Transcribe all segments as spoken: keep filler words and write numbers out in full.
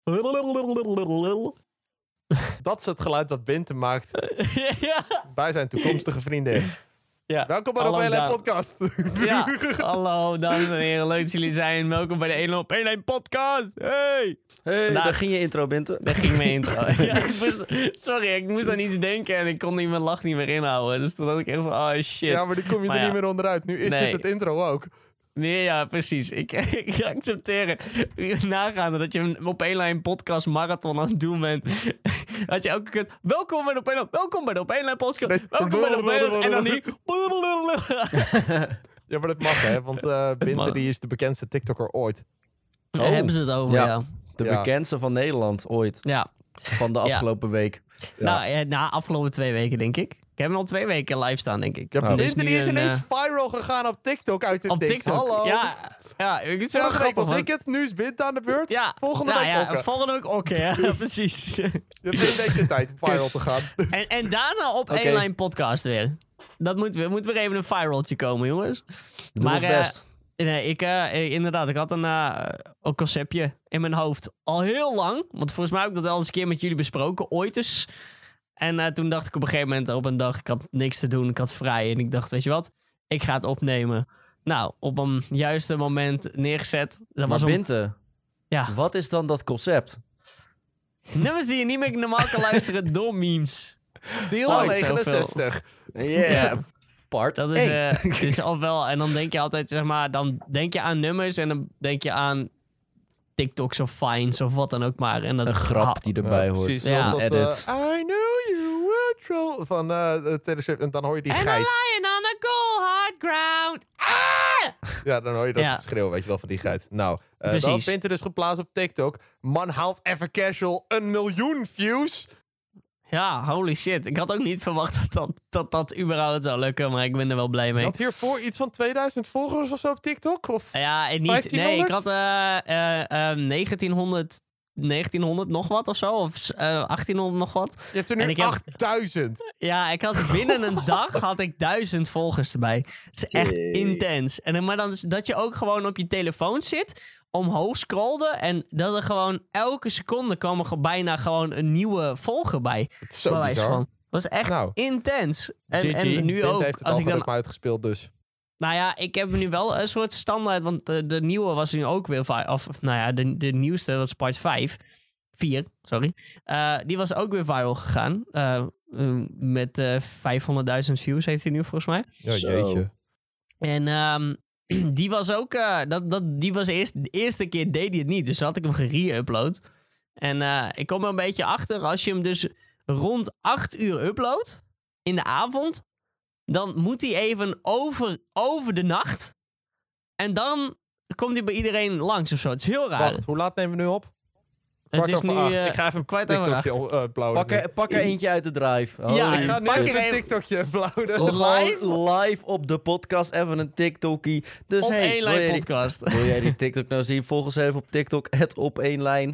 Dat is het geluid dat Binte maakt ja. bij zijn toekomstige vriendin. Ja. Welkom bij de Op één Lijn podcast. Ja, hallo dames en heren, leuk dat jullie zijn. Welkom bij de één Op één Lijn podcast. Hey! Hey, Nou, daar ging je intro, Binte. Daar ging mijn intro. Ja, ik moest, sorry, ik moest aan iets denken en ik kon niet mijn lach niet meer inhouden. Dus toen dacht ik even van, oh shit. Ja, maar die kom je Maar er ja. niet meer onderuit. Nu is Nee. dit het intro ook. Nee, ja, precies. Ik, ik accepteer het. Nagaande dat je een Op één Lijn podcast marathon aan het doen bent. Dat je elke keer... Welkom bij de Op één Lijn... Welkom bij de Op één Lijn podcast. Nee. Welkom bij de Op één Lijn... En dan niet... Ja, maar dat mag hè, want uh, Binte mag. die is de bekendste TikToker ooit. Daar Oh. hebben ze het over, ja. Ja. Ja. De Ja. bekendste van Nederland ooit. ja. Van de Ja. afgelopen week. Ja. Nou, ja, na afgelopen twee weken, denk ik. Ik heb hem al twee weken live staan, denk ik. Ja, Oh. Dus Binte nu die is een, ineens eh, viral gegaan op TikTok uit het Op niks. TikTok. Hallo. Ja, ja, ik vind het wel Vorige week grappig. was want- ik het, nu is Binte aan de beurt. Ja, Volgende nou week ja, Okke. volgende week Okke, ja, precies. Je hebt één week de tijd om viral te gaan. En, en daarna op Oké. één Lijn podcast weer. Dat moet weer, moet weer even een viraltje komen, jongens. Doe Maar, ons eh, best. Nee, ik, eh, inderdaad, ik had een, eh, een conceptje in mijn hoofd al heel lang. Want volgens mij heb ik dat al eens een keer met jullie besproken, ooit eens. En eh, toen dacht ik op een gegeven moment op een dag, ik had niks te doen, ik had vrij. En ik dacht, weet je wat, ik ga het opnemen. Nou, op een juiste moment neergezet. Dat Maar was om, Binte, ja, wat is dan dat concept? nummers die je niet meer normaal kan luisteren door memes. Deal Oh, ik zoveel. negenenzestig. Yeah. Part Dat is, één. eh is ofwel, en dan denk je altijd, zeg maar, dan denk je aan nummers en dan denk je aan TikToks of Vines of wat dan ook maar. En dat, Een grap die erbij Ja, hoort. precies, Ja. zoals dat, Edit. eh, I knew you were troll van eh Taylor Swift. En dan hoor je die And a geit. lion on a cold hard ground. Ah! Ja, dan hoor je dat Ja. schreeuw, weet je wel, van die geit. Nou, uh, dat Precies. had Binte dus geplaatst op TikTok. Man haalt even casual een miljoen views. Ja, holy shit. Ik had ook niet verwacht dat dat, dat dat überhaupt zou lukken, maar ik ben er wel blij Je mee. had hiervoor iets van tweeduizend volgers of zo op TikTok? Of? Ja, en niet, vijftienhonderd? nee, ik had eh eh, eh, negentienhonderd, negentienhonderd nog wat of zo, of eh, achttienhonderd nog wat. Je hebt er En nu ik heb- achtduizend. Ja, ik had binnen een dag had ik duizend volgers erbij. Het is echt Jee. intens. En, dan- maar dan is dat je ook gewoon op je telefoon zit, omhoog scrolde en dat er gewoon elke seconde kwam er gewoon bijna gewoon een nieuwe volger bij. Het is zo bij wijze bizar. van. Dat was echt Nou, intens. En, G G, en nu Binte ook. heeft het Als ik algoritme dan, uitgespeeld dus. nou ja, ik heb nu wel een soort standaard, want de, de nieuwe was nu ook weer, vi- of nou ja, de, de nieuwste was part vijf. vier, sorry. Eh, die was ook weer viral gegaan. Eh, eh, met eh vijfhonderdduizend views heeft hij nu volgens mij. Ja, Zo. jeetje. En ehm, die was ook, eh, dat, dat, die was eerst, de eerste keer deed hij het niet. Dus toen had ik hem gere-upload. En eh, ik kom er een beetje achter, als je hem dus rond acht uur uploadt, in de avond, dan moet hij even over, over de nacht. En dan komt hij bij iedereen langs of zo. Het is heel raar. Wacht, hoe laat nemen we nu op? het Kwart is over nu acht. eh, Ik ga even een kwart over acht. TikTokje uh, uploaden. Pak er, pak er eentje uit de drive. Ja, Holy Ik ga nu pak shit. er even een even- TikTokje uploaden. Gewoon live op de podcast even een TikTokie. Dus Op hey, één wil, lijn jij die, podcast. wil jij die TikTok nou zien? Volg ons even op TikTok, het op één lijn.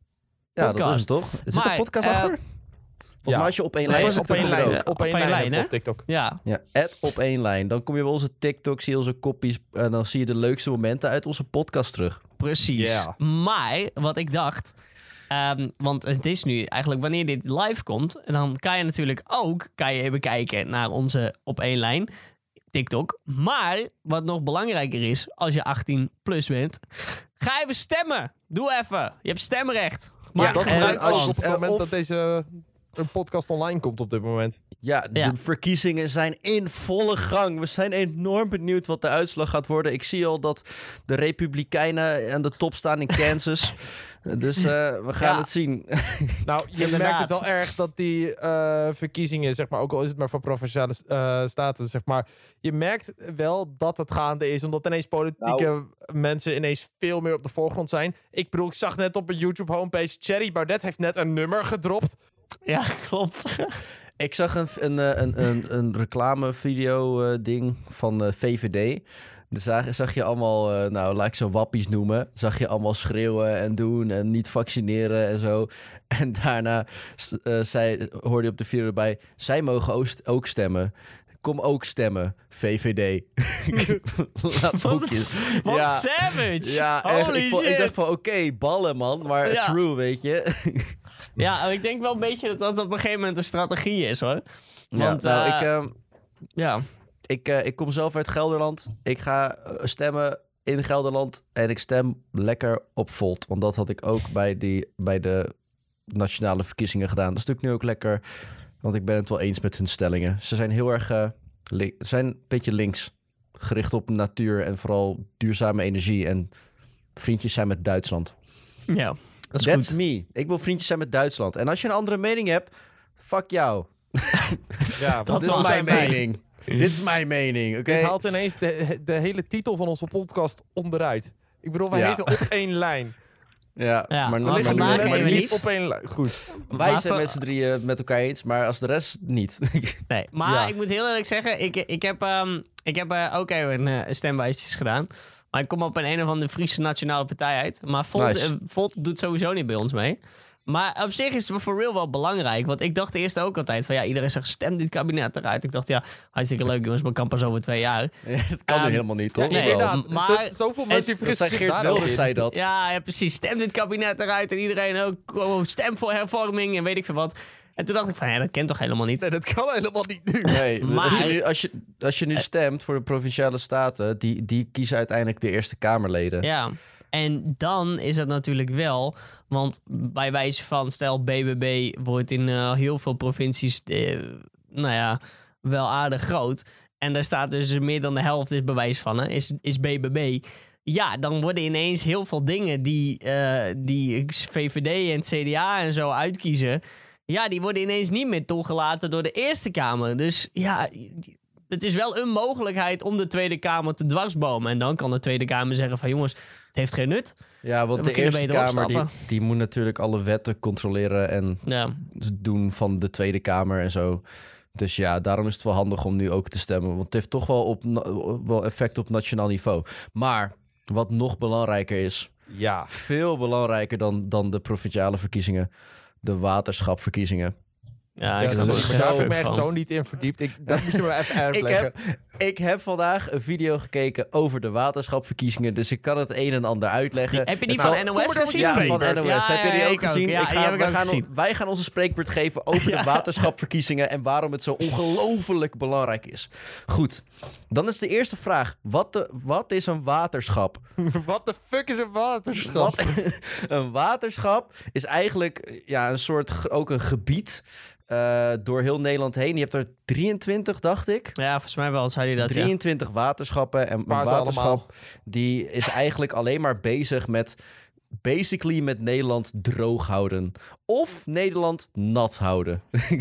Ja, dat Podcast. is het toch? Zit Maar, er podcast eh, achter? Volgens mij als je op één Nee, lijn is zit, op dan één kom je er lijn. ook. Op één Op één lijn lijn, heb hè? op TikTok. Ja. Ja, at op één lijn. Dan kom je bij onze TikTok, zie je onze koppies en dan zie je de leukste momenten uit onze podcast terug. Precies. Ja. Maar wat ik dacht, ehm, want het is nu eigenlijk wanneer dit live komt, dan kan je natuurlijk ook kan je even kijken naar onze op één lijn TikTok. Maar wat nog belangrijker is, als je achttien plus bent, ga even stemmen. Doe even. Je hebt stemrecht. Maak Ja, er Dat en gebruik gebeurt als ook van. op het eh, moment of- dat deze een podcast online komt op dit moment. Ja, de Ja. verkiezingen zijn in volle gang. We zijn enorm benieuwd wat de uitslag gaat worden. Ik zie al dat de Republikeinen aan de top staan in Kansas. Dus eh, we gaan Ja. het zien. Nou, je Inderdaad. merkt het wel erg dat die eh, verkiezingen, zeg maar, ook al is het maar voor provinciale eh, staten, zeg maar, je merkt wel dat het gaande is, omdat ineens politieke mensen ineens veel meer op de voorgrond zijn. Ik bedoel, ik zag net op een YouTube homepage, Thierry Baudet heeft net een nummer gedropt. Ja, klopt. Ik zag een, een, eh, een, een, een reclamevideo eh, ding van eh, V V D. Dus zag, zag je allemaal, eh, nou, laat ik ze wappies noemen. Zag je allemaal schreeuwen en doen en niet vaccineren en zo. En daarna s- eh, zei, hoorde je op de video erbij, zij mogen ook, ook stemmen. kom ook stemmen. V V D. Laat ook eens. Wat Ja. savage! Ja, echt, Holy ik, vo- shit! ik dacht van, oké, okay, ballen, man. Maar Ja. true, weet je. Ja, ik denk wel een beetje dat dat op een gegeven moment een strategie is, hoor. Want, ja, nou, uh, ik, uh, ja. ik, uh, ik kom zelf uit Gelderland. Ik ga uh, stemmen in Gelderland. En ik stem lekker op Volt. Want dat had ik ook bij, die, bij de nationale verkiezingen gedaan. Dat is natuurlijk nu ook lekker. Want ik ben het wel eens met hun stellingen. Ze zijn heel erg... Uh, li- ze zijn een beetje links. Gericht op natuur en vooral duurzame energie. En vriendjes zijn met Duitsland. Ja, dat is That's goed. me. Ik wil vriendjes zijn met Duitsland. En als je een andere mening hebt, fuck jou. Ja, Dat Dit is is mijn mij. mening. Dit is mijn mening, oké? Dit haalt ineens de, de hele titel van onze podcast onderuit. Ik bedoel, wij Ja. heten op één lijn. Ja, Ja, maar, maar maar, vandaag maar, even maar niet. niet. op één lijn. Goed. Wij Maar zijn voor- met z'n drieën met elkaar eens, maar als de rest niet. Nee, maar Ja. ik moet heel eerlijk zeggen, ik, ik heb, um, ik heb uh, ook even uh, stemwijsjes gedaan. Maar ik kom op een een of andere Friese nationale partij uit. Maar Volt, Nice. uh, Volt doet sowieso niet bij ons mee. Maar op zich is het for real wel belangrijk. Want ik dacht eerst ook altijd van ja, iedereen zegt stem dit kabinet eruit. Ik dacht ja, hartstikke leuk jongens, maar kan pas over twee jaar. Ja, dat kan nu Um, helemaal niet, toch? nee, Of wel? Inderdaad. maar Dat- zoveel mensen die het- Dat vergissen zei zich Geert daar ook Wilders, in. zei dat. Ja, ja, precies. Stem dit kabinet eruit en iedereen ook oh, stem voor hervorming en weet ik veel wat. En toen dacht ik van ja, dat kent toch helemaal niet. Nee, dat kan helemaal niet nu. Nee, Maar- als, je nu, als, je, als je nu stemt voor de Provinciale Staten, die, die kiezen uiteindelijk de Eerste Kamerleden. Ja, en dan is het natuurlijk wel, want bij wijze van, stel B B B wordt in uh, heel veel provincies, uh, nou ja, wel aardig groot. En daar staat dus meer dan de helft is bewijs van, hè, is, is B B B. Ja, dan worden ineens heel veel dingen die, uh, die V V D en het C D A en zo uitkiezen. Ja, die worden ineens niet meer toegelaten door de Eerste Kamer. Dus ja, het is wel een mogelijkheid om de Tweede Kamer te dwarsbomen. En dan kan de Tweede Kamer zeggen van jongens, het heeft geen nut. Ja, want We de kunnen Eerste beter Kamer die, opstappen. die moet natuurlijk alle wetten controleren en Ja, doen van de Tweede Kamer en zo. Dus ja, daarom is het wel handig om nu ook te stemmen. Want het heeft toch wel, op, na- wel effect op nationaal niveau. Maar wat nog belangrijker is, Ja. veel belangrijker dan, dan de provinciale verkiezingen, de waterschapverkiezingen. ja, Ja, ik dat snap is- er daar zo heb ik me echt van. zo niet in verdiept. Ik, dat moet je me even Ik uitleggen. heb, ik heb vandaag een video gekeken over de waterschapverkiezingen, dus ik kan het een en ander uitleggen. Heb je die Het van zal- N O Kom S maar door gezien? Ja, Spreekbeurt. van N O S. Ja, Heb je die ja, ook ik ook. gezien? Ja, ik die ga, heb ik we ook gaan, gezien. wij gaan onze spreekbeurt geven over de waterschapverkiezingen en waarom het zo ongelooflijk belangrijk is. Goed, dan is de eerste vraag. Wat, de, wat is een waterschap? Wat de fuck is een waterschap? Wat, een waterschap is eigenlijk ja, een soort, ge- ook een gebied uh, door heel Nederland heen. Je hebt er drieëntwintig, dacht ik. Ja, volgens mij wel, zei hij dat, ja. drieëntwintig waterschappen. En een Spaar ze waterschap allemaal. die is eigenlijk alleen maar bezig met basically met Nederland droog houden. Of Nederland nat houden.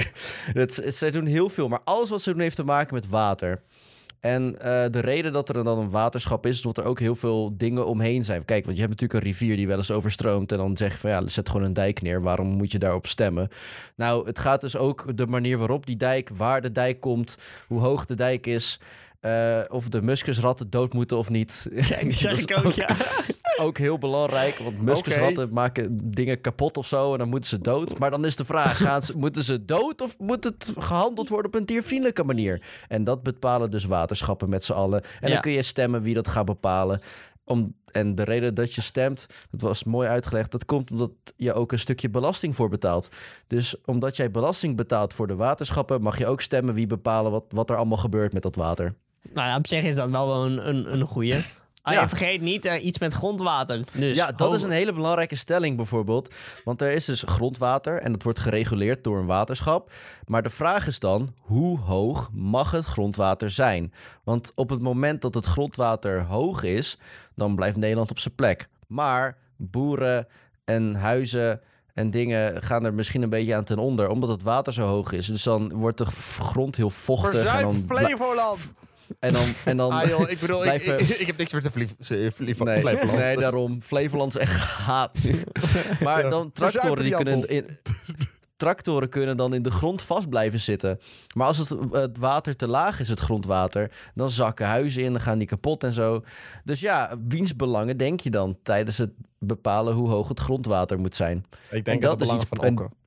het, het, zij doen heel veel, maar alles wat ze doen heeft te maken met water. En uh, de reden dat er dan een waterschap is, is dat er ook heel veel dingen omheen zijn. Kijk, want je hebt natuurlijk een rivier die wel eens overstroomt. En dan zeg je van ja, zet gewoon een dijk neer. Waarom moet je daarop stemmen? Nou, het gaat dus ook de manier waarop die dijk, waar de dijk komt, hoe hoog de dijk is. Uh, of de muskusratten dood moeten of niet. Ja, dat zeg ik ook, ja. Ook heel belangrijk, want muskusratten Oké. maken dingen kapot of zo en dan moeten ze dood. Maar dan is de vraag, gaan ze, moeten ze dood of moet het gehandeld worden op een diervriendelijke manier? En dat bepalen dus waterschappen met z'n allen. En Ja. dan kun je stemmen wie dat gaat bepalen. Om, en de reden dat je stemt, dat was mooi uitgelegd, dat komt omdat je ook een stukje belasting voor betaalt. Dus omdat jij belasting betaalt voor de waterschappen, mag je ook stemmen wie bepalen wat, wat er allemaal gebeurt met dat water. Nou ja, op zich is dat wel een, een, een goeie. Ah, Ja. je vergeet niet uh, iets met grondwater. Dus Ja, dat hoog- is een hele belangrijke stelling bijvoorbeeld. Want er is dus grondwater en dat wordt gereguleerd door een waterschap. Maar de vraag is dan, hoe hoog mag het grondwater zijn? Want op het moment dat het grondwater hoog is, dan blijft Nederland op zijn plek. Maar boeren en huizen en dingen gaan er misschien een beetje aan ten onder, omdat het water zo hoog is. Dus dan wordt de f- grond heel vochtig. En Verzuip dan, bla- Flevoland! en dan, en dan Ah joh, ik bedoel, ik, blijven- ik, ik heb niks meer te Flevo- Flevo- Nee, Flevoland. nee, Dus- daarom. Flevoland is echt gehaat. Maar Ja. dan tractoren die Verzuipen die kunnen... In, tractoren kunnen dan in de grond vast blijven zitten. Maar als het, het water te laag is, het grondwater, dan zakken huizen in, dan gaan die kapot en zo. Dus ja, wiens belangen denk je dan tijdens het bepalen hoe hoog het grondwater moet zijn? Ik denk En dat dat het is belang iets- van en- Okke.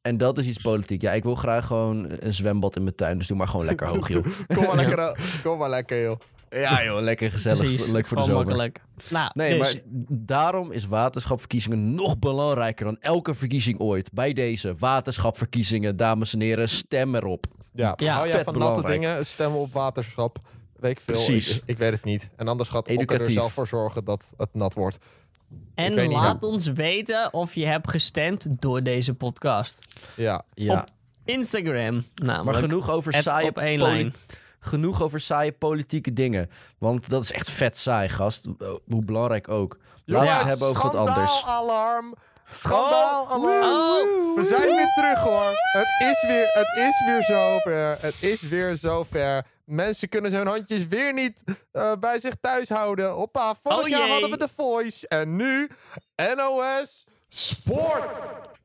En dat is iets politiek. Ja, ik wil graag gewoon een zwembad in mijn tuin. Dus doe maar gewoon lekker hoog, joh. Kom maar lekker, kom maar lekker, joh. Ja, joh, lekker gezellig. Precies, Leuk voor de gewoon zomer. makkelijk. Nou, Nee, dus, maar daarom is waterschapverkiezingen nog belangrijker dan elke verkiezing ooit. Bij deze waterschapverkiezingen, dames en heren, stem erop. Ja, Ja, hou jij vet van natte belangrijk. dingen, stemmen op waterschap. Weet ik veel. Precies. Ik, ik weet het niet. En anders gaat Okker er Educatief. zelf voor zorgen dat het nat wordt. en weet niet, laat ons weten of je hebt gestemd door deze podcast. Ja. Ja. Op Instagram namelijk. Maar genoeg over Het saaie op één poli- lijn. Genoeg over saaie politieke dingen. Want dat is echt vet saai, gast. Hoe belangrijk ook. Laten we Jongens, het hebben over wat anders. Schandaalarm. Schandaalarm. Oh. We zijn weer terug, hoor. Het is weer, het is weer zover. Het is weer zover. Mensen kunnen hun handjes weer niet uh, bij zich thuis houden. Hoppa, vorig Oh jaar jee. hadden we The Voice. En nu N O S Sport.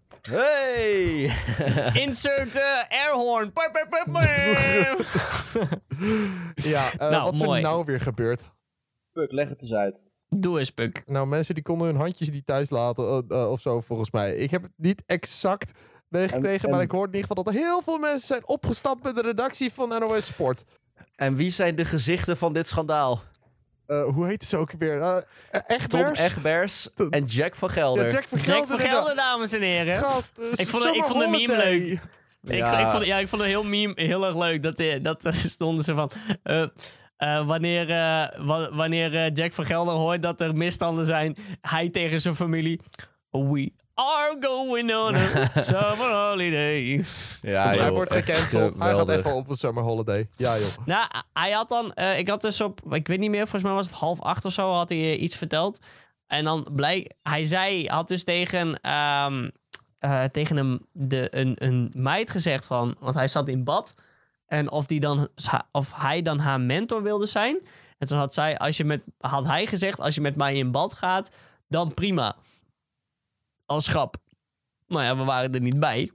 Hey! Insert uh, airhorn. Pip, pip, pip, pip. Ja, uh, Nou, wat is er mooi. nou weer gebeurd? Puk, leg het eens uit. Doe eens, Puk. Nou, mensen die konden hun handjes niet thuis laten uh, uh, of zo, volgens mij. Ik heb het niet exact meegekregen, En- en- maar ik hoorde in ieder geval dat er heel veel mensen zijn opgestapt met de redactie van N O S Sport. En wie zijn de gezichten van dit schandaal? Uh, hoe heet ze ook weer? Uh, echt Tom Egbers en Jack van Gelder. Ja, Jack van Jack Gelder. van Gelder, dames en heren. Gast, uh, Ik vond het- ik Summer vond de meme Holiday. leuk. Ik, Ja. ik, vond, ja, ik vond het heel, meme, heel erg leuk. Dat, eh, dat er stonden ze van... eh, eh, wanneer eh, wa- wanneer eh, Jack van Gelder hoort dat er misstanden zijn... Hij tegen zijn familie... We are going on a summer holiday. Ja, Hij joh, wordt echt gecanceld. Hij gaat geweldig. even op een summer holiday. Ja, joh. Nou, hij had dan... eh, ik had dus op... Ik weet niet meer, volgens mij was het half acht of zo... had hij eh, iets verteld. En dan blijk... Hij zei... Had dus tegen... ehm, eh, tegen hem de, een, een meid gezegd van... Want hij zat in bad... En of, die dan, of hij dan haar mentor wilde zijn. En toen had, zij, als je met, had hij gezegd... Als je met mij in bad gaat... Dan prima. Als grap. Nou ja, we waren er niet bij.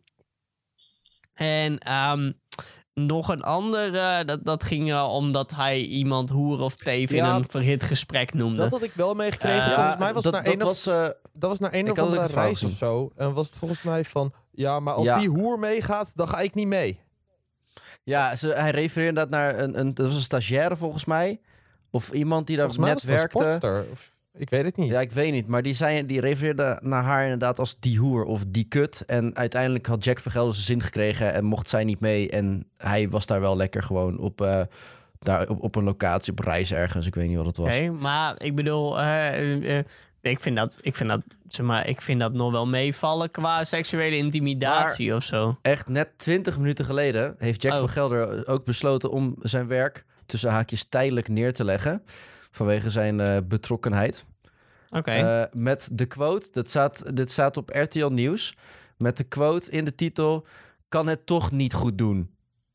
En ehm, nog een andere... Dat, dat ging uh, omdat hij iemand hoer of teef... Ja, in een verhit gesprek noemde. Dat had ik wel meegekregen. Eh, volgens mij was dat, het naar dat een of, was... eh, dat was naar een ik of had ook andere het verhaal reis of gezien. zo. En was het volgens mij van... Ja, maar als Ja. die hoer meegaat, dan ga ik niet mee. ja, ze, hij refereerde inderdaad naar een, een... Dat was een stagiaire volgens mij. Of iemand die daar Volgens mij net was het een werkte. sportster. Of, ik weet het niet. Ja, ik weet niet. Maar die, zei, die refereerde naar haar inderdaad als die hoer of die kut. En uiteindelijk had Jack van Gelder zijn zin gekregen en mocht zij niet mee. En hij was daar wel lekker gewoon op, eh, daar, op, op een locatie, op reis ergens. Ik weet niet wat het was. Oké, maar ik bedoel... eh, eh, eh, ik vind dat... Ik vind dat zeg maar, ik vind dat nog wel meevallen qua seksuele intimidatie of zo. Echt net twintig minuten geleden heeft Jack Oh. van Gelder ook besloten om zijn werk tussen haakjes tijdelijk neer te leggen. Vanwege zijn eh, betrokkenheid. Oké. Eh, met de quote, dat staat, dit staat op R T L Nieuws. Met de quote in de titel: kan het toch niet goed doen.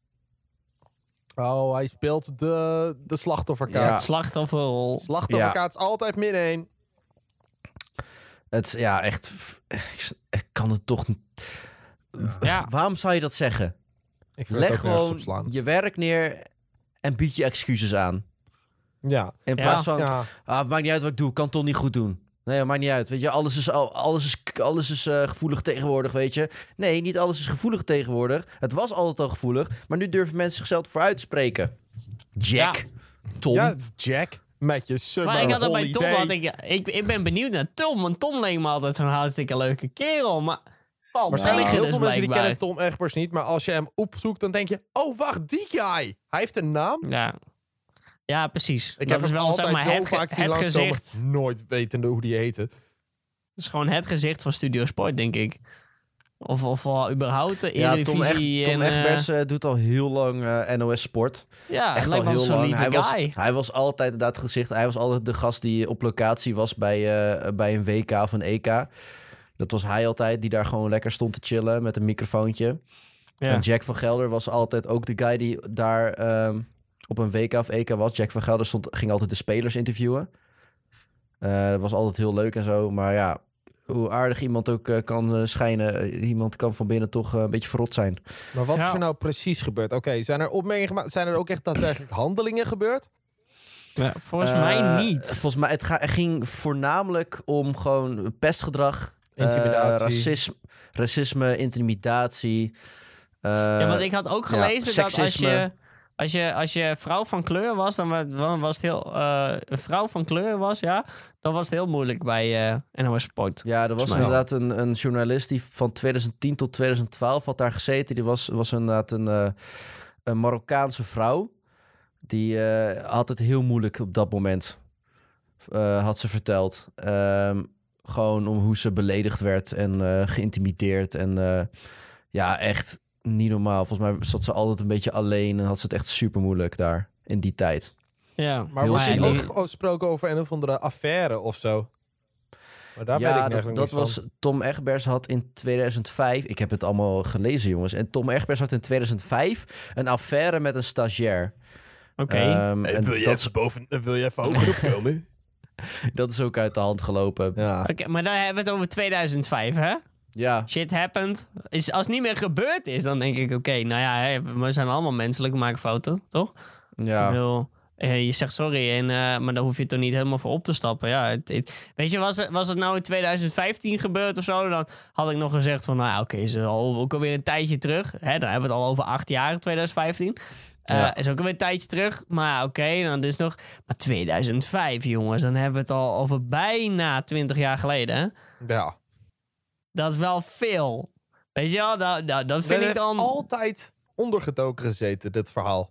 Oh, hij speelt de, de slachtofferkaart. Ja. Slachtofferrol. Slachtofferkaart is altijd min één. Het is ja echt. Ik, ik kan het toch niet. Ja. Waarom zou je dat zeggen? Ik wil het Leg ook nergens op gewoon slaan. je werk neer en bied je excuses aan. Ja. In Ja. plaats van, ja. ah, het maakt niet uit wat ik doe, ik kan het toch niet goed doen. Nee, het maakt niet uit. Weet je, alles is, al- alles is, alles is eh, gevoelig tegenwoordig, weet je. Nee, niet alles is gevoelig tegenwoordig. Het was altijd al gevoelig, maar nu durven mensen zichzelf voor uit te spreken. Jack, Ja. Tom. Ja, Jack. Met je summer Maar ik had dat bij Tom, holiday. want ik, ik, ik ben benieuwd naar Tom. Want Tom leek me altijd zo'n hartstikke leuke kerel. Maar valt Waarschijnlijk tegen heel dus veel mensen die blijkbaar. kennen Tom Egbers niet. Maar als je hem opzoekt, dan denk je... Oh, wacht, die guy. Hij heeft een naam. Ja. Ja, precies. Ik dat heb is hem wel altijd zeg maar zo het, ge- vaak zien het langskomen. gezicht. Nooit wetende hoe die heette. Het is gewoon het gezicht van Studio Sport, denk ik. Of, of wel überhaupt de Ja, Tom, Eredivisie. Eg- Tom en, eh, Egbers eh, doet al heel lang eh, N O S Sport. ja, het Echt lijkt al wel heel zo'n lang. lieve Hij was, guy. hij was altijd inderdaad het gezicht. Hij was altijd de gast die op locatie was bij, uh, bij een W K of een E K. Dat was hij altijd, die daar gewoon lekker stond te chillen met een microfoontje. Ja. En Jack van Gelder was altijd ook de guy die daar um, op een W K of E K was. Jack van Gelder stond, ging altijd de spelers interviewen. Uh, dat was altijd heel leuk en zo. Maar ja, hoe aardig iemand ook uh, kan uh, schijnen. Uh, iemand kan van binnen toch uh, een beetje verrot zijn. Maar wat Ja. is er nou precies gebeurd? Oké, okay, zijn er opmerkingen gemaakt? Zijn er ook echt daadwerkelijk handelingen gebeurd? Ja, volgens Uh, mij niet. Volgens mij, het ga, het ging voornamelijk om gewoon pestgedrag. Intimidatie. Uh, racisme, racisme, intimidatie. Uh, ja, want ik had ook gelezen ja, dat als je, als, je, als je vrouw van kleur was, dan wa- dan was het heel... Uh, een vrouw van kleur was, ja, dan was het heel moeilijk bij uh, N O S Sport. Ja, er was mij. inderdaad een, een journalist die van twintig tien tot twintig twaalf had daar gezeten. Die was, was inderdaad een, uh, een Marokkaanse vrouw. Die uh, had het heel moeilijk op dat moment, uh, had ze verteld. Um, gewoon om hoe ze beledigd werd en uh, geïntimideerd. En uh, ja, echt niet normaal. Volgens mij zat ze altijd een beetje alleen en had ze het echt super moeilijk daar in die tijd. Ja, maar was er ook gesproken over een of andere affaire of zo? Maar daar ja, ben ik dat, dat was... Tom Egbers had in tweeduizend vijf... Ik heb het allemaal gelezen, jongens. En Tom Egbers had in tweeduizend vijf een affaire met een stagiair. Oké. Okay. Um, hey, wil, je dat... boven, wil je even hoger opkomen? Dat is ook uit de hand gelopen. Ja. Oké, okay, maar dan hebben we het over tweeduizend vijf, hè? Ja. Shit happened. Is, als het niet meer gebeurd is, dan denk ik... Oké, okay, nou ja, hè, we zijn allemaal menselijk, we maken fouten, toch? Ja. Ik bedoel... Je zegt sorry, en, uh, maar daar hoef je toch niet helemaal voor op te stappen. Ja, het, het, weet je, was het, was het nou in tweeduizend vijftien gebeurd of zo, dan had ik nog gezegd van, nou ja, oké, okay, is al ook alweer een tijdje terug. Hè, dan hebben we het al over acht jaar, tweeduizend vijftien. Uh, ja. Is ook alweer een tijdje terug. Maar oké, okay, dan is nog... Maar tweeduizend vijf, jongens, dan hebben we het al over bijna twintig jaar geleden. Hè? Ja. Dat is wel veel. Weet je wel, dat, dat, dat vind ben ik dan... altijd ondergedoken gezeten, dit verhaal.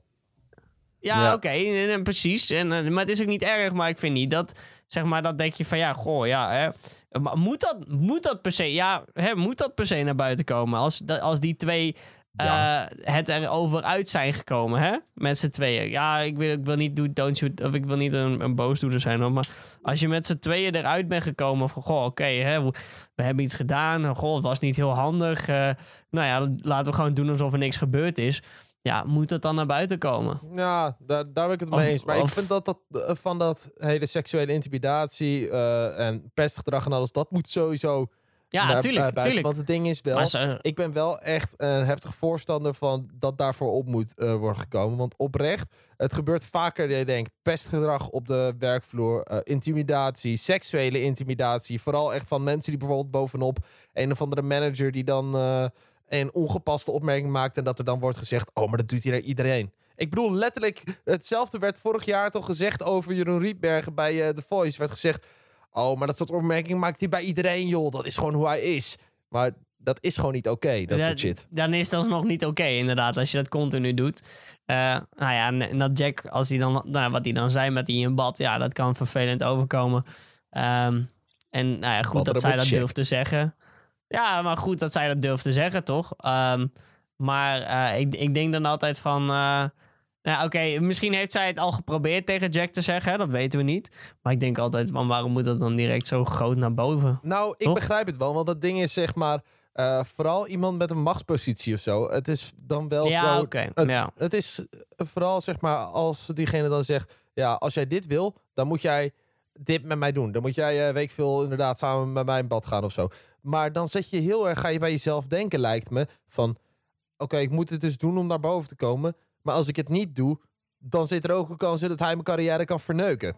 Ja, ja. oké, okay, precies. En, maar het is ook niet erg, maar ik vind niet dat... Zeg maar, dat denk je van, ja, goh, ja, hè. Maar moet dat, moet dat per se... Ja, hè, moet dat per se naar buiten komen? Als, als die twee ja. uh, het erover uit zijn gekomen, hè? Met z'n tweeën. Ja, ik wil, ik wil niet do, don't shoot, of ik wil niet een, een boosdoener zijn, hoor. Maar als je met z'n tweeën eruit bent gekomen van, goh, oké, okay, hè, we, we hebben iets gedaan. Goh, het was niet heel handig. Uh, nou ja, laten we gewoon doen alsof er niks gebeurd is. Ja, moet het dan naar buiten komen? Ja, daar, daar ben ik het mee of, eens. Maar of, ik vind dat, dat van dat hele seksuele intimidatie uh, en pestgedrag en alles, dat moet sowieso ja, naar tuurlijk, uh, buiten. tuurlijk. Want het ding is wel, zo... ik ben wel echt een heftig voorstander van dat daarvoor op moet uh, worden gekomen. Want oprecht, het gebeurt vaker dan je denkt. Pestgedrag op de werkvloer, uh, intimidatie, seksuele intimidatie. Vooral echt van mensen die bijvoorbeeld bovenop een of andere manager die dan... Uh, een ongepaste opmerking maakt en dat er dan wordt gezegd, oh, maar dat doet hier iedereen. Ik bedoel, letterlijk, hetzelfde werd vorig jaar toch gezegd over Jeroen Rietbergen bij uh, The Voice. Werd gezegd, oh, maar dat soort opmerkingen maakt hij bij iedereen, joh. Dat is gewoon hoe hij is. Maar dat is gewoon niet oké, okay, dat ja, soort shit. Dan is dat nog niet oké, okay, inderdaad, als je dat continu doet. Uh, nou ja, en dat Jack, als hij dan, nou, wat hij dan zei met die in bad, ja, dat kan vervelend overkomen. Um, en nou ja, goed wat dat zij dat durft te zeggen. Ja, maar goed dat zij dat durft te zeggen, toch? Um, maar uh, ik, ik denk dan altijd van... Uh, nou, oké, okay, misschien heeft zij het al geprobeerd tegen Jack te zeggen. Hè? Dat weten we niet. Maar ik denk altijd van, waarom moet dat dan direct zo groot naar boven? Nou, ik toch? begrijp het wel. Want dat ding is, zeg maar... Uh, vooral iemand met een machtspositie of zo. Het is dan wel ja, zo... Okay. Het, ja, het is vooral, zeg maar, als diegene dan zegt... Ja, als jij dit wil, dan moet jij dit met mij doen. Dan moet jij uh, week veel inderdaad samen met mij in bad gaan of zo. Maar dan zet je heel erg, ga je bij jezelf denken, lijkt me, van... Oké, okay, ik moet het dus doen om naar boven te komen. Maar als ik het niet doe, dan zit er ook een kans in dat hij mijn carrière kan verneuken.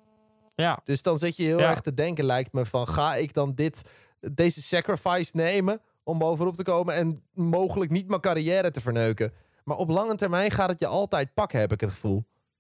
Ja. Dus dan zit je heel ja. erg te denken, lijkt me, van... Ga ik dan dit, deze sacrifice nemen om bovenop te komen en mogelijk niet mijn carrière te verneuken? Maar op lange termijn gaat het je altijd pakken, heb ik het gevoel.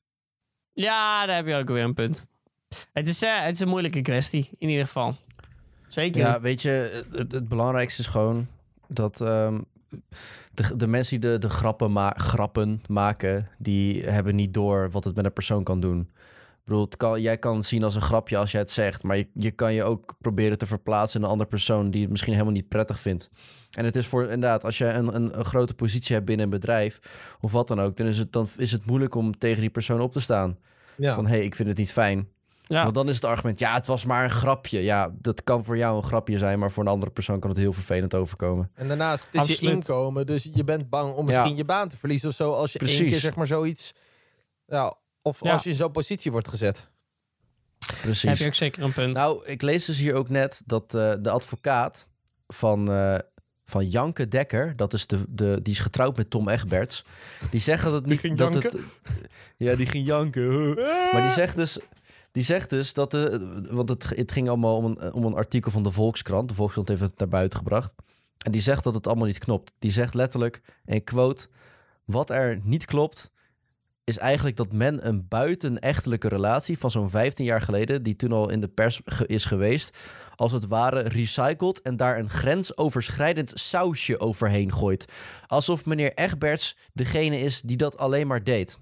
Ja, daar heb je ook weer een punt. Het is, uh, het is een moeilijke kwestie, in ieder geval. Zeker. Ja, weet je, het, het belangrijkste is gewoon dat um, de, de mensen die de, de grappen, ma- grappen maken, die hebben niet door wat het met een persoon kan doen. Ik bedoel, het kan, jij kan het zien als een grapje als jij het zegt, maar je, je kan je ook proberen te verplaatsen in een andere persoon die het misschien helemaal niet prettig vindt. En het is voor inderdaad, als je een, een, een grote positie hebt binnen een bedrijf of wat dan ook, dan is het, dan is het moeilijk om tegen die persoon op te staan. Ja. Van, hé, hey, ik vind het niet fijn. Ja. Want dan is het argument, ja, het was maar een grapje. Ja, dat kan voor jou een grapje zijn, maar voor een andere persoon kan het heel vervelend overkomen. En daarnaast, het is Absoluut. je inkomen, dus je bent bang om misschien ja. je baan te verliezen of zo, als je Precies. één keer zeg maar zoiets, ja, of ja. als je in zo'n positie wordt gezet. Precies. Heb je ook zeker een punt. Nou, ik lees dus hier ook net dat uh, de advocaat van, uh, van Janke Dekker, dat is de, de, die is getrouwd met Tom Egberts, die zegt dat het niet... Die ging dat janken? Het, ja, die ging janken. Maar die zegt dus... Die zegt dus dat de... Want het, het ging allemaal om een, om een artikel van de Volkskrant. De Volkskrant heeft het naar buiten gebracht. En die zegt dat het allemaal niet klopt. Die zegt letterlijk, en ik quote... Wat er niet klopt, is eigenlijk dat men een buitenechtelijke relatie van zo'n vijftien jaar geleden, die toen al in de pers ge- is geweest, als het ware recycelt en daar een grensoverschrijdend sausje overheen gooit. Alsof meneer Egberts degene is die dat alleen maar deed.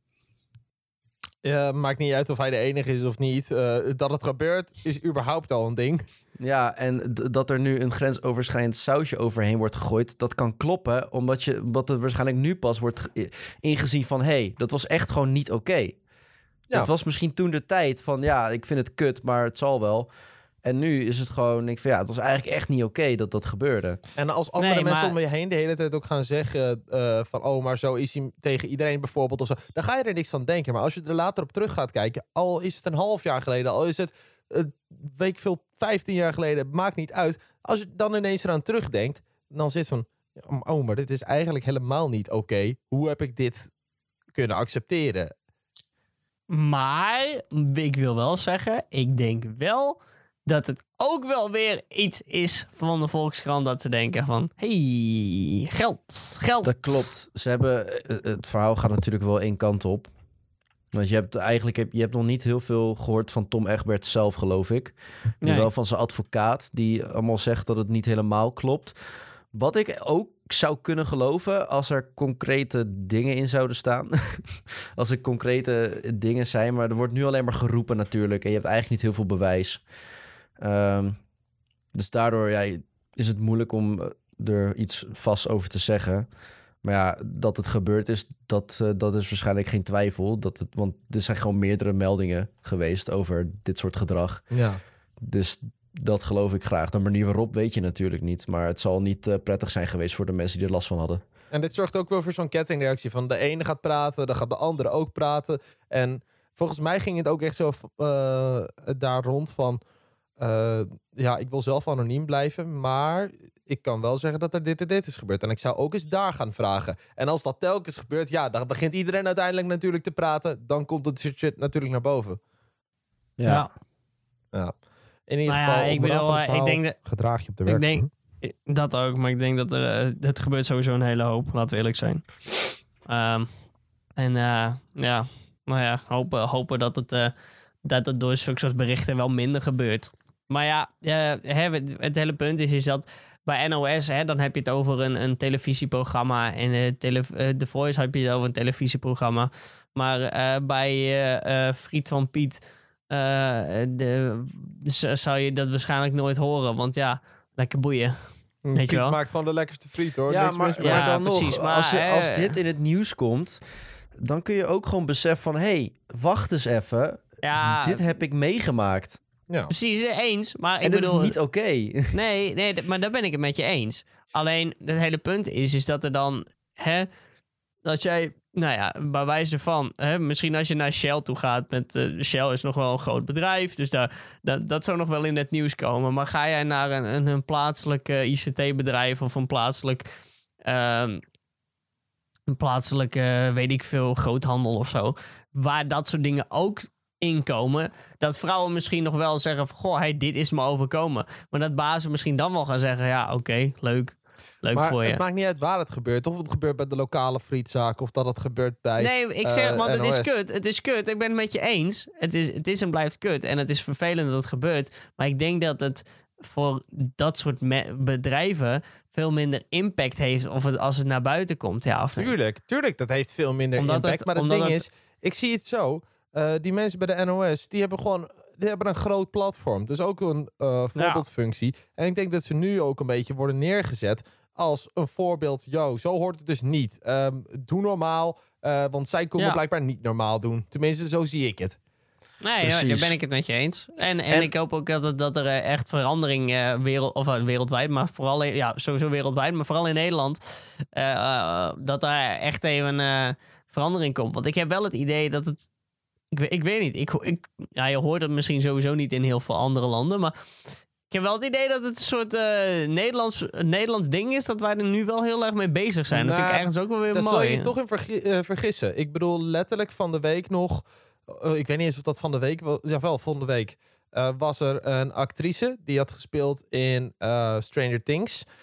Ja, maakt niet uit of hij de enige is of niet. Uh, dat het gebeurt is überhaupt al een ding. Ja, en d- dat er nu een grensoverschrijdend sausje overheen wordt gegooid, dat kan kloppen, omdat je, wat er waarschijnlijk nu pas wordt ge- ingezien van, hé, hey, dat was echt gewoon niet oké. Okay. Ja. Het was misschien toen de tijd van, ja, ik vind het kut, maar het zal wel. En nu is het gewoon, ik van, ja, het was eigenlijk echt niet oké okay dat dat gebeurde. En als andere Nee, mensen maar... om je heen de hele tijd ook gaan zeggen uh, van, oh, maar zo is hij tegen iedereen bijvoorbeeld of zo, dan ga je er niks aan denken. Maar als je er later op terug gaat kijken, al is het een half jaar geleden, al is het uh, weet ik veel, vijftien jaar geleden, maakt niet uit. Als je dan ineens eraan terugdenkt, dan zit van, oh, maar dit is eigenlijk helemaal niet oké. Okay. Hoe heb ik dit kunnen accepteren? Maar ik wil wel zeggen, ik denk wel dat het ook wel weer iets is van de Volkskrant dat ze denken van, hey, geld, geld. Dat klopt. Ze hebben, het verhaal gaat natuurlijk wel één kant op. Want je hebt eigenlijk heb, je hebt nog niet heel veel gehoord van Tom Egberts zelf, geloof ik. Nee. Wel van zijn advocaat, die allemaal zegt dat het niet helemaal klopt. Wat ik ook zou kunnen geloven als er concrete dingen in zouden staan. Als er concrete dingen zijn, maar er wordt nu alleen maar geroepen natuurlijk. En je hebt eigenlijk niet heel veel bewijs. Um, dus daardoor ja, is het moeilijk om er iets vast over te zeggen. Maar ja, dat het gebeurd is, dat, uh, dat is waarschijnlijk geen twijfel. Dat het, want er zijn gewoon meerdere meldingen geweest over dit soort gedrag. Ja. Dus dat geloof ik graag. De manier waarop weet je natuurlijk niet. Maar het zal niet uh, prettig zijn geweest voor de mensen die er last van hadden. En dit zorgt ook wel voor zo'n kettingreactie van de ene gaat praten, dan gaat de andere ook praten. En volgens mij ging het ook echt zo uh, daar rond van, uh, ja, ik wil zelf anoniem blijven, maar ik kan wel zeggen dat er dit en dit is gebeurd. En ik zou ook eens daar gaan vragen. En als dat telkens gebeurt, ja, dan begint iedereen uiteindelijk natuurlijk te praten. Dan komt het shit natuurlijk naar boven. Ja. Ja. ja. In ieder nou geval, ja, ik bedoel, uh, ik denk dat, gedraag je op de werk. Ik denk, dat ook, maar ik denk dat er, uh, het gebeurt sowieso een hele hoop, laten we eerlijk zijn. Um, en uh, ja, nou ja, hopen, hopen dat het, uh, dat het door zulke soort berichten wel minder gebeurt. Maar ja, uh, hè, het, het hele punt is, is dat bij N O S, hè, dan heb je het over een, een televisieprogramma. En uh, tele, uh, The Voice heb je het over een televisieprogramma. Maar uh, bij uh, uh, Friet van Piet uh, de, de, zou je dat waarschijnlijk nooit horen. Want ja, lekker boeien. Weet je wel? Maakt gewoon de lekkerste friet, hoor. Ja, Niks maar, mis maar ja, dan precies, nog, maar, als, je, eh, als dit in het nieuws komt, dan kun je ook gewoon beseffen van, hé, hey, wacht eens even. Ja, dit heb ik meegemaakt. Ja. Precies, eens. Maar ik en dat bedoel, is niet oké. Okay. Nee, nee, maar daar ben ik het met je eens. Alleen, het hele punt is, is dat er dan, hè, dat jij, nou ja, bij wijze van, hè, misschien als je naar Shell toe gaat, met uh, Shell is nog wel een groot bedrijf, dus daar, dat, dat zou nog wel in het nieuws komen. Maar ga jij naar een, een, een plaatselijk uh, I C T-bedrijf of een plaatselijk, uh, een plaatselijk, uh, weet ik veel, groothandel of zo, waar dat soort dingen ook inkomen, dat vrouwen misschien nog wel zeggen van, goh, hey, dit is me overkomen. Maar dat bazen misschien dan wel gaan zeggen, ja, oké, okay, leuk. Leuk maar voor je. Het maakt niet uit waar het gebeurt. Of het gebeurt bij de lokale frietzaak, of dat het gebeurt bij Nee, ik zeg, uh, want het N O S. is kut. Het is kut. Ik ben het met je eens. Het is, het is en blijft kut. En het is vervelend dat het gebeurt. Maar ik denk dat het voor dat soort me- bedrijven veel minder impact heeft of het, als het naar buiten komt. Ja, of nee? Tuurlijk, tuurlijk. Dat heeft veel minder omdat impact. Het, maar het ding het... is, ik zie het zo. Uh, die mensen bij de N O S, die hebben gewoon die hebben een groot platform. Dus ook een uh, voorbeeldfunctie. Ja. En ik denk dat ze nu ook een beetje worden neergezet als een voorbeeld. Yo, zo hoort het dus niet. Um, doe normaal. Uh, want zij konden ja. blijkbaar niet normaal doen. Tenminste, zo zie ik het. Nee, ja, daar ben ik het met je eens. En, en, en ik hoop ook dat, het, dat er echt verandering uh, wereld, of, uh, wereldwijd, maar vooral in, ja, sowieso wereldwijd, maar vooral in Nederland, uh, uh, dat er echt even uh, verandering komt. Want ik heb wel het idee dat het, ik, ik weet niet, ik, ik, ja, je hoort het misschien sowieso niet in heel veel andere landen, maar ik heb wel het idee dat het een soort uh, Nederlands, Nederlands ding is, dat wij er nu wel heel erg mee bezig zijn. Nou, dat vind ik ergens ook wel weer daar mooi. Daar zal je toch in vergi- uh, vergissen. Ik bedoel, letterlijk van de week nog, uh, ik weet niet eens of dat van de week was, jawel, van de week, uh, was er een actrice die had gespeeld in uh, Stranger Things.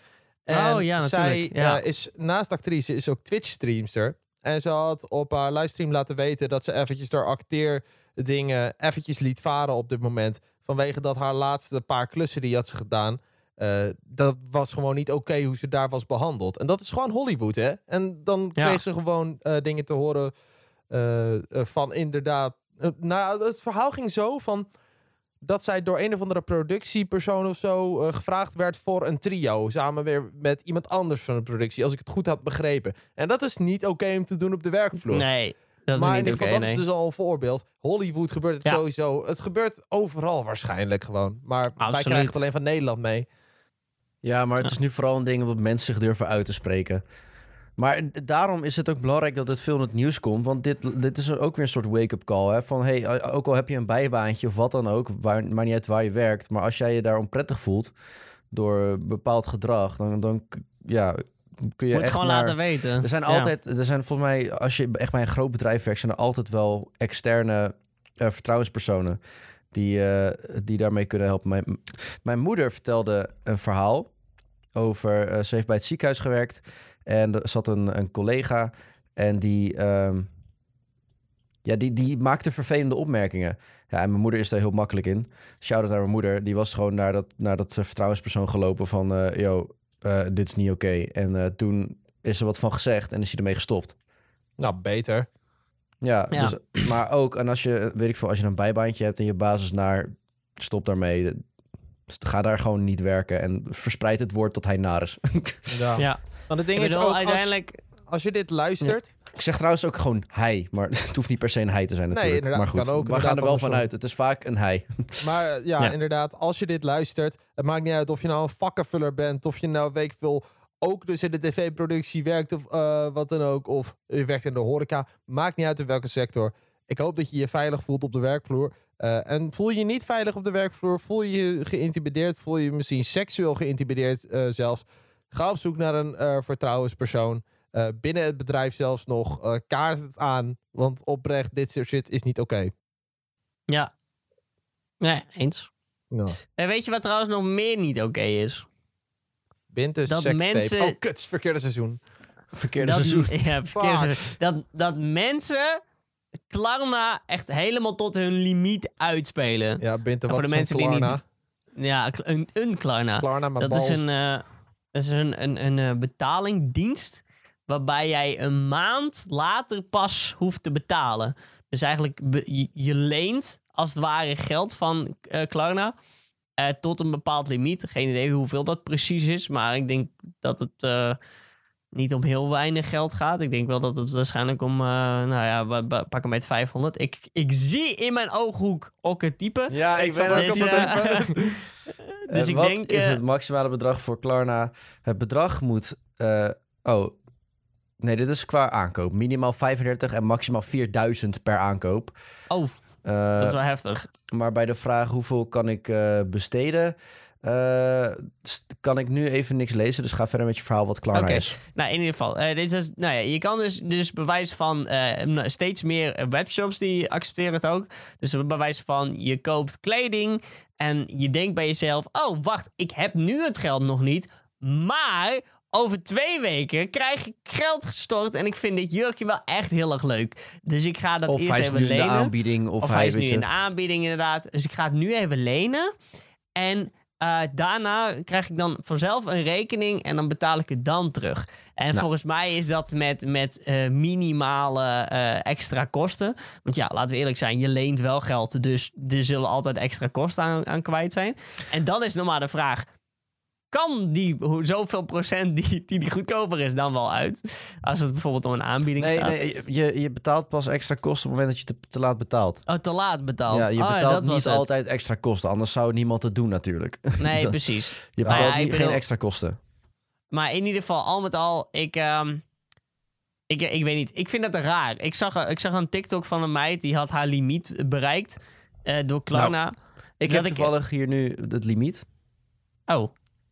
En Oh, ja, zij natuurlijk. Ja. uh, is naast actrice is ook Twitch-streamster. En ze had op haar livestream laten weten dat ze eventjes door acteerdingen eventjes liet varen op dit moment. Vanwege dat haar laatste paar klussen die had ze gedaan, uh, dat was gewoon niet oké okay hoe ze daar was behandeld. En dat is gewoon Hollywood, hè? En dan kreeg Ja. ze gewoon uh, dingen te horen uh, uh, van inderdaad... Uh, nou, het verhaal ging zo van dat zij door een of andere productiepersoon of zo uh, gevraagd werd voor een trio. Samen weer met iemand anders van de productie, als ik het goed had begrepen. En dat is niet oké okay om te doen op de werkvloer. Nee, dat maar is in niet ieder geval, oké, dat nee. is dus al een voorbeeld. Hollywood gebeurt het Ja. sowieso. Het gebeurt overal waarschijnlijk gewoon. Maar wij Absoluut. krijgen het alleen van Nederland mee. Ja, maar het Ja. is nu vooral een ding dat mensen zich durven uit te spreken. Maar d- daarom is het ook belangrijk dat het veel in het nieuws komt. Want dit, dit is ook weer een soort wake-up call. Hè? Van, hey, ook al heb je een bijbaantje of wat dan ook, waar, maakt niet uit waar je werkt. Maar als jij je daar onprettig voelt door bepaald gedrag, dan, dan k- ja, kun je Moet echt gewoon naar... laten weten. Er zijn Ja. altijd, er zijn volgens mij, als je echt bij een groot bedrijf werkt, zijn er altijd wel externe uh, vertrouwenspersonen die, uh, die daarmee kunnen helpen. Mijn, mijn moeder vertelde een verhaal over, uh, ze heeft bij het ziekenhuis gewerkt en er zat een, een collega en die, um, ja, die, die maakte vervelende opmerkingen. Ja, en mijn moeder is daar heel makkelijk in. Shout-out naar mijn moeder, die was gewoon naar dat, naar dat vertrouwenspersoon gelopen van, uh, yo, uh, dit is niet oké. Okay. En uh, toen is er wat van gezegd en is hij ermee gestopt. Nou, beter. Ja, Ja. Dus, maar ook, en als je, weet ik veel, als je een bijbaantje hebt en je basis naar, stop daarmee. Ga daar gewoon niet werken en verspreid het woord dat hij naar is. Ja. Ja. Want het ding Ik is bedoel, ook, uiteindelijk... als, als je dit luistert... Ik zeg trouwens ook gewoon hij, maar het hoeft niet per se een hij te zijn natuurlijk. inderdaad, maar goed, kan ook we gaan er inderdaad wel van andersom. uit. Het is vaak een hij. Maar ja, Ja. inderdaad, als je dit luistert... Het maakt niet uit of je nou een vakkenvuller bent... of je nou, weet ik veel, ook dus in de tv-productie werkt... of uh, wat dan ook, of je werkt in de horeca. Maakt niet uit in welke sector. Ik hoop dat je je veilig voelt op de werkvloer. Uh, en voel je je niet veilig op de werkvloer... voel je je geïntimideerd... voel je je misschien seksueel geïntimideerd uh, zelfs... Ga op zoek naar een uh, vertrouwenspersoon... Uh, binnen het bedrijf zelfs nog, uh, kaart het aan. Want oprecht, dit soort shit is niet oké. Okay. Ja. Nee, eens. No. En weet je wat trouwens nog meer niet oké okay is? Bind een Dat sekstape. mensen- Oh, kut, verkeerde seizoen. Verkeerde dat, seizoen. Ja, verkeerde seizoen. Dat, dat mensen Klarna echt helemaal tot hun limiet uitspelen. Ja, bind een En voor wat de is mensen een die Klarna? Ja, een, een Klarna. Klarna met Dat bals. is een, uh, dat is een, een, een uh, betalingdienst waarbij jij een maand later pas hoeft te betalen. Dus eigenlijk, be- je, je leent als het ware geld van uh, Klarna uh, tot een bepaald limiet. Geen idee hoeveel dat precies is, maar ik denk dat het uh, niet om heel weinig geld gaat. Ik denk wel dat het waarschijnlijk om, uh, nou ja, pak hem met vijfhonderd. Ik, ik zie in mijn ooghoek ook het type. Ja, ik zat ben ook ook Dus, op het uh, denken. dus En ik wat denk... is uh, het maximale bedrag voor Klarna? Het bedrag moet... Uh, oh, nee, dit is qua aankoop. Minimaal vijfendertig en maximaal vierduizend per aankoop. Oh, Uh, dat is wel heftig. Maar bij de vraag hoeveel kan ik uh, besteden... Uh, kan ik nu even niks lezen. Dus ga verder met je verhaal wat Klarna Oké. is. Nou, in ieder geval. Uh, dit is, nou ja, je kan dus, dus bewijs van uh, steeds meer webshops die accepteren het ook. Dus bewijs van je koopt kleding en je denkt bij jezelf... Oh, wacht, ik heb nu het geld nog niet, maar... Over twee weken krijg ik geld gestort en ik vind dit jurkje wel echt heel erg leuk. Dus ik ga dat Of eerst hij is even nu in lenen. de aanbieding. Of, Of hij, hij is weet nu je, in de aanbieding inderdaad. Dus ik ga het nu even lenen. En uh, daarna krijg ik dan vanzelf een rekening en dan betaal ik het dan terug. En Nou. volgens mij is dat met, met uh, minimale uh, extra kosten. Want ja, laten we eerlijk zijn, je leent wel geld. Dus er zullen altijd extra kosten aan, aan kwijt zijn. En dan is nog maar de vraag... Kan die hoe, zoveel procent die, die die goedkoper is dan wel uit? Als het bijvoorbeeld om een aanbieding Nee, gaat. nee je, je betaalt pas extra kosten op het moment dat je te, te laat betaalt. Oh, te laat betaald. Ja, je oh, betaalt dat was niet het. altijd extra kosten. Anders zou niemand het doen natuurlijk. Nee, Dat- precies. Je Maar betaalt ja, niet, ik bedoel- geen extra kosten. Maar in ieder geval, al met al, ik, um, ik, ik weet niet. Ik vind dat raar. Ik zag, ik zag een TikTok van een meid die had haar limiet bereikt uh, door Klarna. Nou, Ik Dat heb toevallig hier nu het limiet. Oh,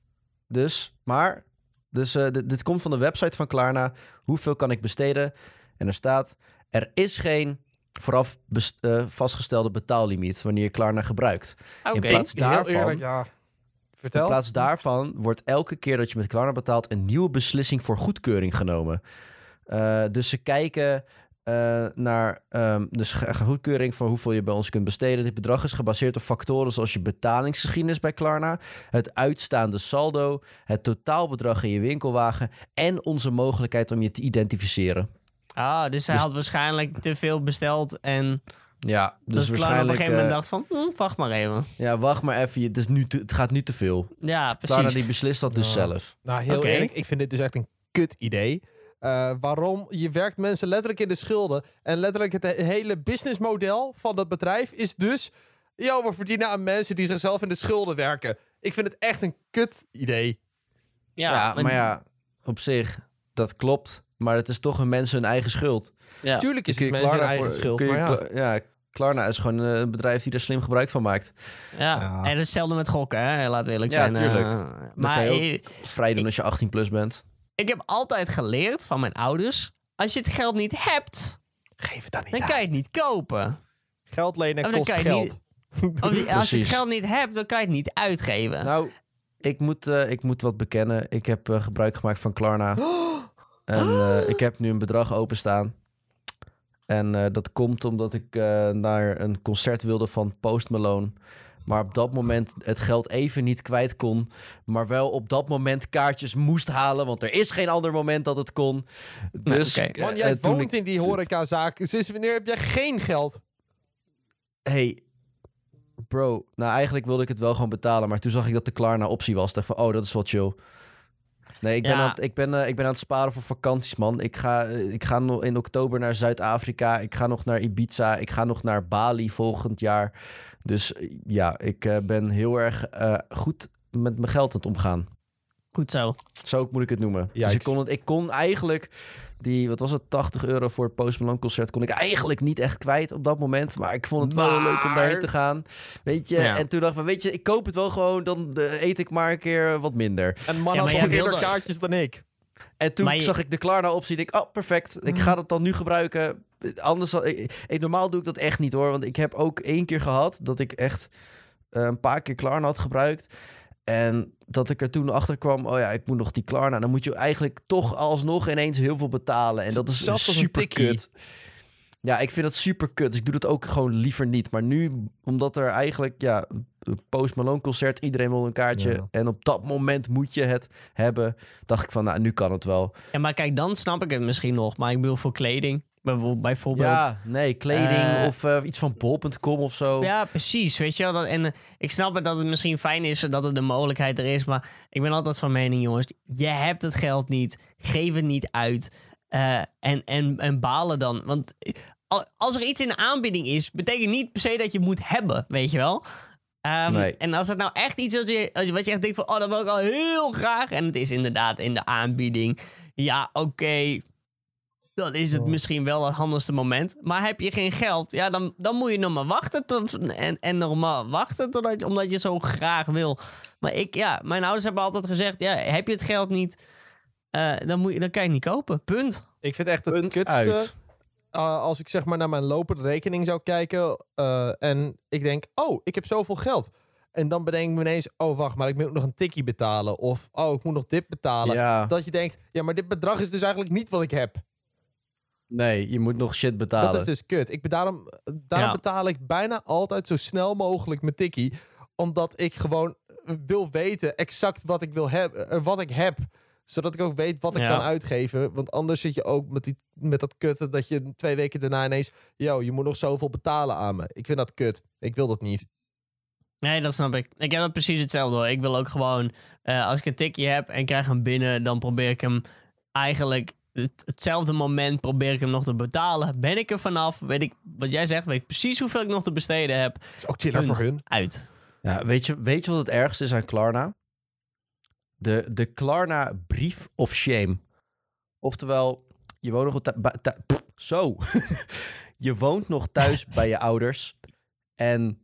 Dus, maar... Dus uh, dit, dit komt van de website van Klarna. Hoeveel kan ik besteden? En er staat... Er is geen vooraf best, uh, vastgestelde betaallimiet wanneer je Klarna gebruikt. oké. In plaats Heel daarvan... eerlijk, ja. Vertel. In plaats daarvan wordt elke keer dat je met Klarna betaalt een nieuwe beslissing voor goedkeuring genomen. Uh, dus ze kijken uh, naar um, dus goedkeuring van hoeveel je bij ons kunt besteden. Dit bedrag is gebaseerd op factoren zoals je betalingsgeschiedenis bij Klarna, het uitstaande saldo, het totaalbedrag in je winkelwagen en onze mogelijkheid om je te identificeren. Ah, dus hij Dus- had waarschijnlijk te veel besteld en Ja, dus dus Klarna op een waarschijnlijk... gegeven moment uh, dacht van, hm, wacht maar even. ja, wacht maar even, je- het, is nu te- het gaat nu te veel. Ja, Klarna precies. die beslist dat dus Ja. zelf. Nou, heel Oké. eerlijk, ik vind dit dus echt een kut idee. Uh, waarom? Je werkt mensen letterlijk in de schulden. En letterlijk het he- hele businessmodel van dat bedrijf is dus... Yo, we verdienen aan mensen die zichzelf in de schulden werken. Ik vind het echt een kut idee. Ja, Ja, maar ja, op zich, dat klopt. Maar het is toch een mensen hun eigen schuld. ja. Tuurlijk is Kun het je mensen hun Klarna eigen voor- schuld, kun je maar ja. Kla- ja, Klarna is gewoon een bedrijf die er slim gebruik van maakt. Ja. Ja. En hetzelfde met gokken, hè? Laten we eerlijk Ja, zijn. tuurlijk. Uh, Dat maar kan je ook ik, vrij doen als je achttien plus bent. ik heb altijd geleerd van mijn ouders, als je het geld niet hebt, Geef het dan niet dan aan. kan je het niet kopen. Geld lenen Oh, dan kost kan je geld. niet- Of je- als je het Precies. geld niet hebt, dan kan je het niet uitgeven. Nou, ik moet, eh, ik moet wat bekennen. Ik heb eh, gebruik gemaakt van Klarna. En eh, ik heb nu een bedrag openstaan. En eh, dat komt omdat ik eh, naar een concert wilde van Post Malone. Maar op dat moment het geld even niet kwijt kon. Maar wel op dat moment kaartjes moest halen. Want er is geen ander moment dat het kon. Nee, Dus oké. eh, Man, jij eh, toen woont ik- in die horecazaak. Sinds wanneer heb jij geen geld? Hey, bro. Nou, eigenlijk wilde ik het wel gewoon betalen. Maar toen zag ik dat de Klarna optie was. Ik dacht van, oh, dat is wel chill. Nee, ik ben, Ja. aan, het, ik, ben, eh, ik ben aan het sparen voor vakanties, man. Ik ga, eh, ik ga nog in oktober naar Zuid-Afrika. Ik ga nog naar Ibiza. Ik ga nog naar Bali volgend jaar. Dus eh, ja, ik eh, ben heel erg eh, goed met mijn geld aan het omgaan. Goed zo. Zo moet ik het noemen. Dus Yikes. ik kon, het, ik kon eigenlijk die, wat was het, tachtig euro voor het Post Malone concert... kon ik eigenlijk niet echt kwijt op dat moment. Maar ik vond het wel Maar- leuk om daarheen te gaan. Weet je, Ja. en toen dacht ik, van, weet je, ik koop het wel gewoon... dan eh, eet ik maar een keer wat minder. En man Ja, had maar nog jij eerder wilde- kaartjes dan ik. En toen Maar je- zag ik de Klarna-optie. Ik, oh, perfect. Ik ga dat dan nu gebruiken. Anders, zal, ik, ik- normaal doe ik dat echt niet, hoor. Want ik heb ook één keer gehad dat ik echt eh, een paar keer Klarna had gebruikt. En dat ik er toen achter kwam, oh ja, ik moet nog die Klarna. Dan moet je eigenlijk toch alsnog ineens heel veel betalen. En dat is Zelfs als een super tikkie. kut. Ja, ik vind dat super kut. Dus ik doe dat ook gewoon liever niet. Maar nu, omdat er eigenlijk, ja, een Post Malone concert, iedereen wil een kaartje. Ja. En op dat moment moet je het hebben. Dacht ik van, nou, nu kan het wel. Ja, maar kijk, dan snap ik het misschien nog. Maar ik bedoel voor kleding, bijvoorbeeld. bijvoorbeeld. Ja, nee, kleding Eh, of eh, iets van bol punt com of zo. Ja, precies. Weet je wel? Dat, en eh, ik snap het dat het misschien fijn is dat er de mogelijkheid er is. Maar ik ben altijd van mening, jongens. Je hebt het geld niet. Geef het niet uit. Eh, en, en, en balen dan. Want eh, al- als er iets in de aanbieding is, betekent niet per se dat je het moet hebben. Weet je wel? Ehm, Nee. En als het nou echt iets is wat je, als je, wat je echt denkt van... Oh, dat wil ik al heel graag. En het is inderdaad in de aanbieding. Ja, oké. Dan is het Oh. misschien wel het handigste moment. Maar heb je geen geld, ja, dan, dan moet je nog maar wachten. Tot, en, en nog maar wachten totdat, je- omdat je zo graag wil. Maar ik, ja, mijn ouders hebben altijd gezegd... Ja, heb je het geld niet, eh, dan, moet je, dan kan je het niet kopen. Punt. Ik vind echt het Punt kutste... uit. uh, als ik zeg maar naar mijn lopende rekening zou kijken... uh, en ik denk, oh, ik heb zoveel geld. En dan bedenk ik me ineens... oh, wacht, maar ik moet nog een tikkie betalen. Of, oh, ik moet nog dit betalen. Ja, Dat je denkt, ja, maar dit bedrag is dus eigenlijk niet wat ik heb. nee, je moet nog shit betalen. Dat is dus kut. Ik, be- daarom daarom Ja. betaal ik bijna altijd zo snel mogelijk mijn tikkie. Omdat ik gewoon uh, wil weten exact wat ik wil hebben, wat ik heb. Zodat ik ook weet wat ik Ja. kan uitgeven. Want anders zit je ook met, die, met dat kutte dat je twee weken daarna ineens... yo, je moet nog zoveel betalen aan me. Ik vind dat kut. Ik wil dat niet. Nee, dat snap ik. Ik heb dat precies hetzelfde hoor. Ik wil ook gewoon, eh, als ik een tikje heb en krijg hem binnen, dan probeer ik hem eigenlijk het, hetzelfde moment probeer ik hem nog te betalen. Ben ik er vanaf? Weet ik, wat jij zegt, weet ik precies hoeveel ik nog te besteden heb. Dat is ook chiller Punt. voor hun. Uit. Ja, weet je, weet je wat het ergste is aan Klarna? De, de Klarna brief of shame. Oftewel, je woont nog thu- ba- thu- pff, zo. Je woont nog thuis bij je ouders en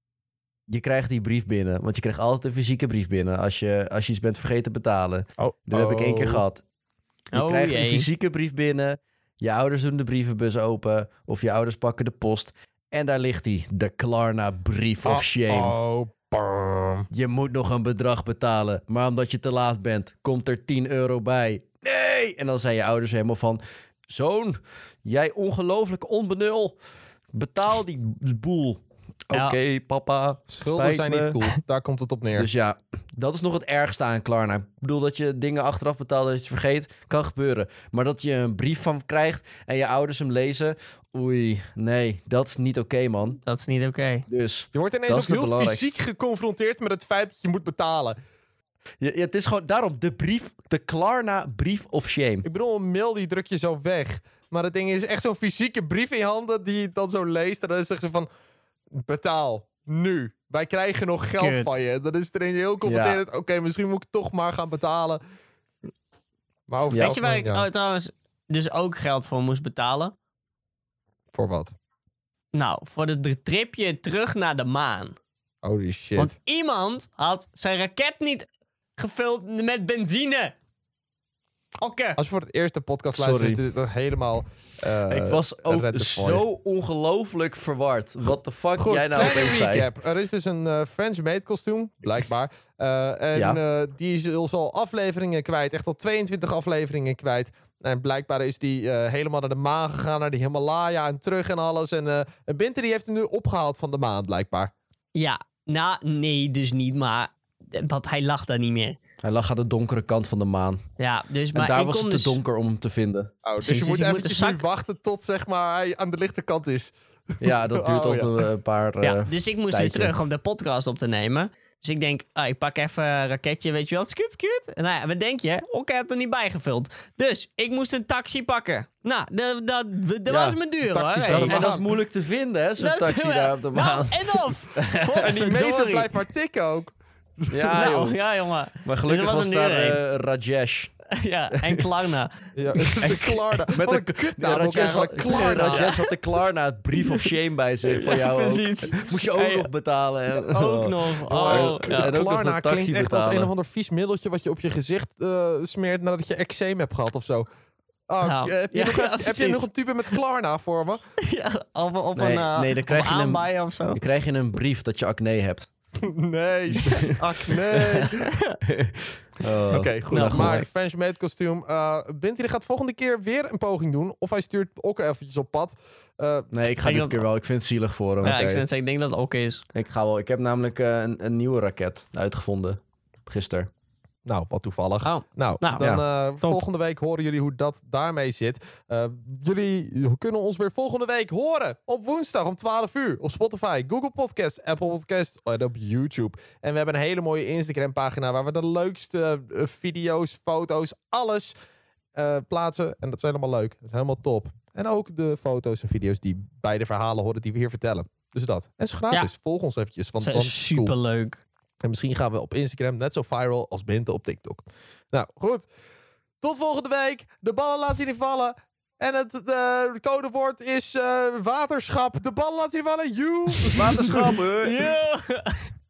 je krijgt die brief binnen. Want je krijgt altijd een fysieke brief binnen als je, als je iets bent vergeten te betalen. Oh, Dat heb ik één keer oh. gehad. Je Oh, krijgt een jee. fysieke brief binnen. Je ouders doen de brievenbus open. Of je ouders pakken de post. En daar ligt hij. De Klarna brief of shame. Oh, brrr. Damn. Je moet nog een bedrag betalen, maar omdat je te laat bent, komt er tien euro bij. Nee! En dan zijn je ouders helemaal van... Zoon, jij ongelooflijk onbenul. Betaal die boel. Ja. Oké, okay, papa. Schulden zijn me. niet cool. Daar komt het op neer. Dus ja, dat is nog het ergste aan Klarna. Ik bedoel dat je dingen achteraf betaalt dat je het vergeet, kan gebeuren. Maar dat je een brief van krijgt en je ouders hem lezen... Oei, nee, dat is niet oké, okay, man. Dat is niet oké. Okay. Dus je wordt ineens ook heel fysiek geconfronteerd met het feit dat je moet betalen. Ja, ja, het is gewoon daarom de brief, de Klarna brief of shame. Ik bedoel, een mail die druk je zo weg. Maar het ding is echt zo'n fysieke brief in je handen die je dan zo leest. En dan is het echt zo van, betaal, nu. Wij krijgen nog geld Kut. van je. Dan is het ineens heel confronterend. Ja. Oké, okay, misschien moet ik toch maar gaan betalen. Maar over ja. Weet je waar ik ja. oh, trouwens dus ook geld voor moest betalen? Voor wat? Nou, voor het tripje terug naar de maan. Holy shit. Want iemand had zijn raket niet gevuld met benzine. Oké. Als je voor het eerst de podcast Sorry. luistert, is dit helemaal... Uh, ik was ook zo ongelooflijk verward. Wat de fuck Goed, jij nou opeens zei. Recap. Er is dus een uh, French-made kostuum, blijkbaar. Uh, en ja. uh, die is dus al afleveringen kwijt. Echt al tweeëntwintig afleveringen kwijt. En blijkbaar is die uh, helemaal naar de maan gegaan, naar de Himalaya en terug en alles. En uh, Binter die heeft hem nu opgehaald van de maan, blijkbaar. Ja, nou, nee, dus niet, maar... Want hij lag daar niet meer. Hij lag aan de donkere kant van de maan. Ja, dus... En maar daar ik was het dus... te donker om hem te vinden. Oh, dus Precies, je moet dus eventjes zak... nu wachten tot zeg maar, hij aan de lichte kant is. Ja, dat duurt oh, al ja. een paar uh, Ja, dus ik moest tijdje. weer terug om de podcast op te nemen. Dus ik denk, ah, ik pak even een raketje, weet je wel. Skut, skut. En nou ja, wat denk je? Ook had er niet bijgevuld. Dus ik moest een taxi pakken. Nou, dat, dat, dat Ja, was me duur, hoor. taxi Hey. En dat is moeilijk te vinden, hè, zo'n Dat is- taxi daar op de maan. Nou, en of. En die meter blijft maar tikken ook. Ja, nou, joh. ja, jongen. Maar gelukkig Dus er was, was een daar deur uh, Rajesh. Ja, en Klarna. Ja, de Klarna. Met Wat een een kutnaam Ja, ook Rajesh, had, eigenlijk. Klarna. Rajesh had de Klarna, het brief of shame bij zich van jou ook. Precies. Moest je ook Hey, nog betalen. En, Ook nog. Oh, Oh, en- ja. en ook nog Klarna de taxi klinkt echt als betalen. een of ander vies middeltje wat je op je gezicht uh, smeert nadat je eczeem hebt gehad of zo. Oh, Nou, heb, je ja, nog, ja, even- heb je precies. nog een tube met Klarna voor me? Ja, of, of Nee, een, uh, nee, dan krijg of je een- aanbijen of zo. Dan krijg je een brief dat je acne hebt. Nee. Ach, nee. Oh. Oké, okay, goed. Nou, goed. Maar French Maid kostuum. Uh, Binti gaat volgende keer weer een poging doen. Of hij stuurt Okke eventjes op pad. Uh, Nee, ik ga Ik dit dat- keer wel. Ik vind het zielig voor hem. Ja, Oké. ik, zou net zeggen, ik denk dat het ook is. Ik ga wel. Ik heb namelijk uh, een, een nieuwe raket uitgevonden. Gisteren. nou, wat toevallig. Oh. Nou, Nou, dan ja. uh, volgende week horen jullie hoe dat daarmee zit. Uh, jullie kunnen ons weer volgende week horen. Op woensdag om twaalf uur. Op Spotify, Google Podcasts, Apple Podcasts en op YouTube. En we hebben een hele mooie Instagram pagina waar we de leukste uh, video's, foto's, alles uh, plaatsen. En dat is helemaal leuk. Dat is helemaal top. En ook de foto's en video's die bij de verhalen horen die we hier vertellen. Dus dat. En het is gratis. Ja. Volg ons eventjes. Want, Dat want is het is cool. superleuk. En misschien gaan we op Instagram net zo viral als Binte op TikTok. Nou, goed. Tot volgende week. De ballen laat ze niet vallen. En het uh, codewoord is uh, waterschap. De ballen laat ze niet vallen. You. Waterschap, hè? Ja.